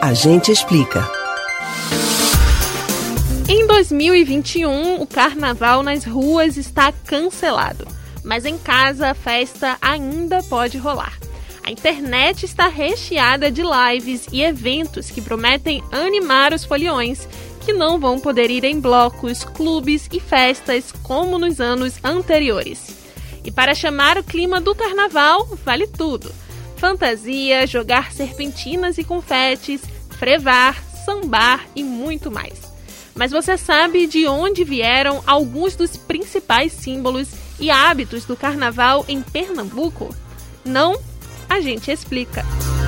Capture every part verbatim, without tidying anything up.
A gente explica. Em dois mil e vinte e um, o carnaval nas ruas está cancelado, mas em casa a festa ainda pode rolar. A internet está recheada de lives e eventos que prometem animar os foliões, que não vão poder ir em blocos, clubes e festas como nos anos anteriores. E para chamar o clima do carnaval, vale tudo: fantasia, jogar serpentinas e confetes, frevar, sambar e muito mais. Mas você sabe de onde vieram alguns dos principais símbolos e hábitos do carnaval em Pernambuco? Não? A gente explica.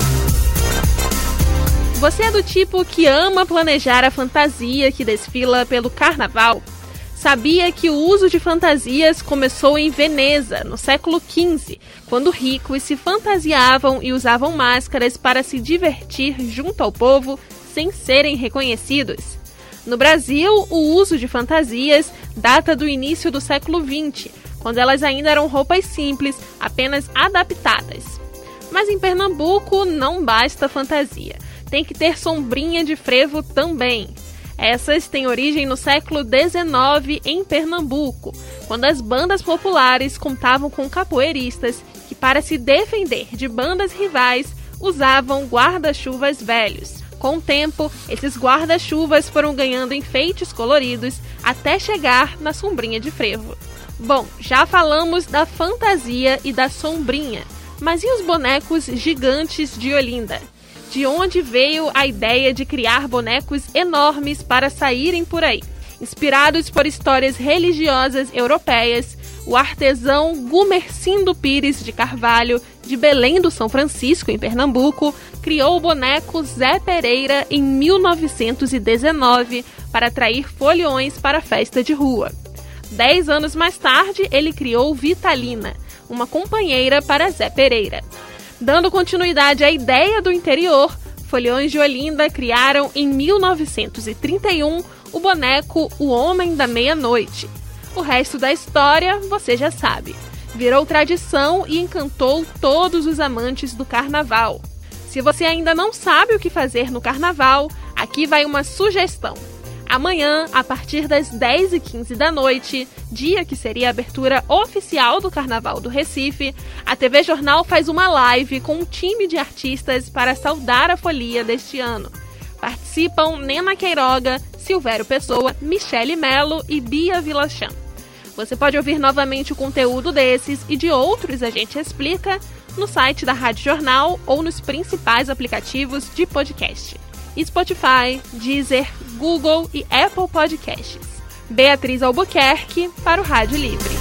Você é do tipo que ama planejar a fantasia que desfila pelo carnaval? Sabia que o uso de fantasias começou em Veneza, no século quinze, quando ricos se fantasiavam e usavam máscaras para se divertir junto ao povo sem serem reconhecidos? No Brasil, o uso de fantasias data do início do século vinte, quando elas ainda eram roupas simples, apenas adaptadas. Mas em Pernambuco não basta fantasia, tem que ter sombrinha de frevo também. Essas têm origem no século dezenove em Pernambuco, quando as bandas populares contavam com capoeiristas que, para se defender de bandas rivais, usavam guarda-chuvas velhos. Com o tempo, esses guarda-chuvas foram ganhando enfeites coloridos até chegar na sombrinha de frevo. Bom, já falamos da fantasia e da sombrinha, mas e os bonecos gigantes de Olinda? De onde veio a ideia de criar bonecos enormes para saírem por aí? Inspirados por histórias religiosas europeias, o artesão Gumercindo Pires de Carvalho, de Belém do São Francisco, em Pernambuco, criou o boneco Zé Pereira em mil novecentos e dezenove para atrair foliões para a festa de rua. Dez anos mais tarde, ele criou Vitalina, uma companheira para Zé Pereira. Dando continuidade à ideia do interior, foliões de Olinda criaram em mil novecentos e trinta e um o boneco O Homem da Meia-Noite. O resto da história você já sabe. Virou tradição e encantou todos os amantes do carnaval. Se você ainda não sabe o que fazer no carnaval, aqui vai uma sugestão. Amanhã, a partir das dez e quinze da noite, dia que seria a abertura oficial do Carnaval do Recife, a T V Jornal faz uma live com um time de artistas para saudar a folia deste ano. Participam Nena Queiroga, Silvério Pessoa, Michele Melo e Bia Vilachan. Você pode ouvir novamente o conteúdo desses e de outros A Gente Explica no site da Rádio Jornal ou nos principais aplicativos de podcast: Spotify, Deezer, Google e Apple Podcasts. Beatriz Albuquerque para o Rádio Livre.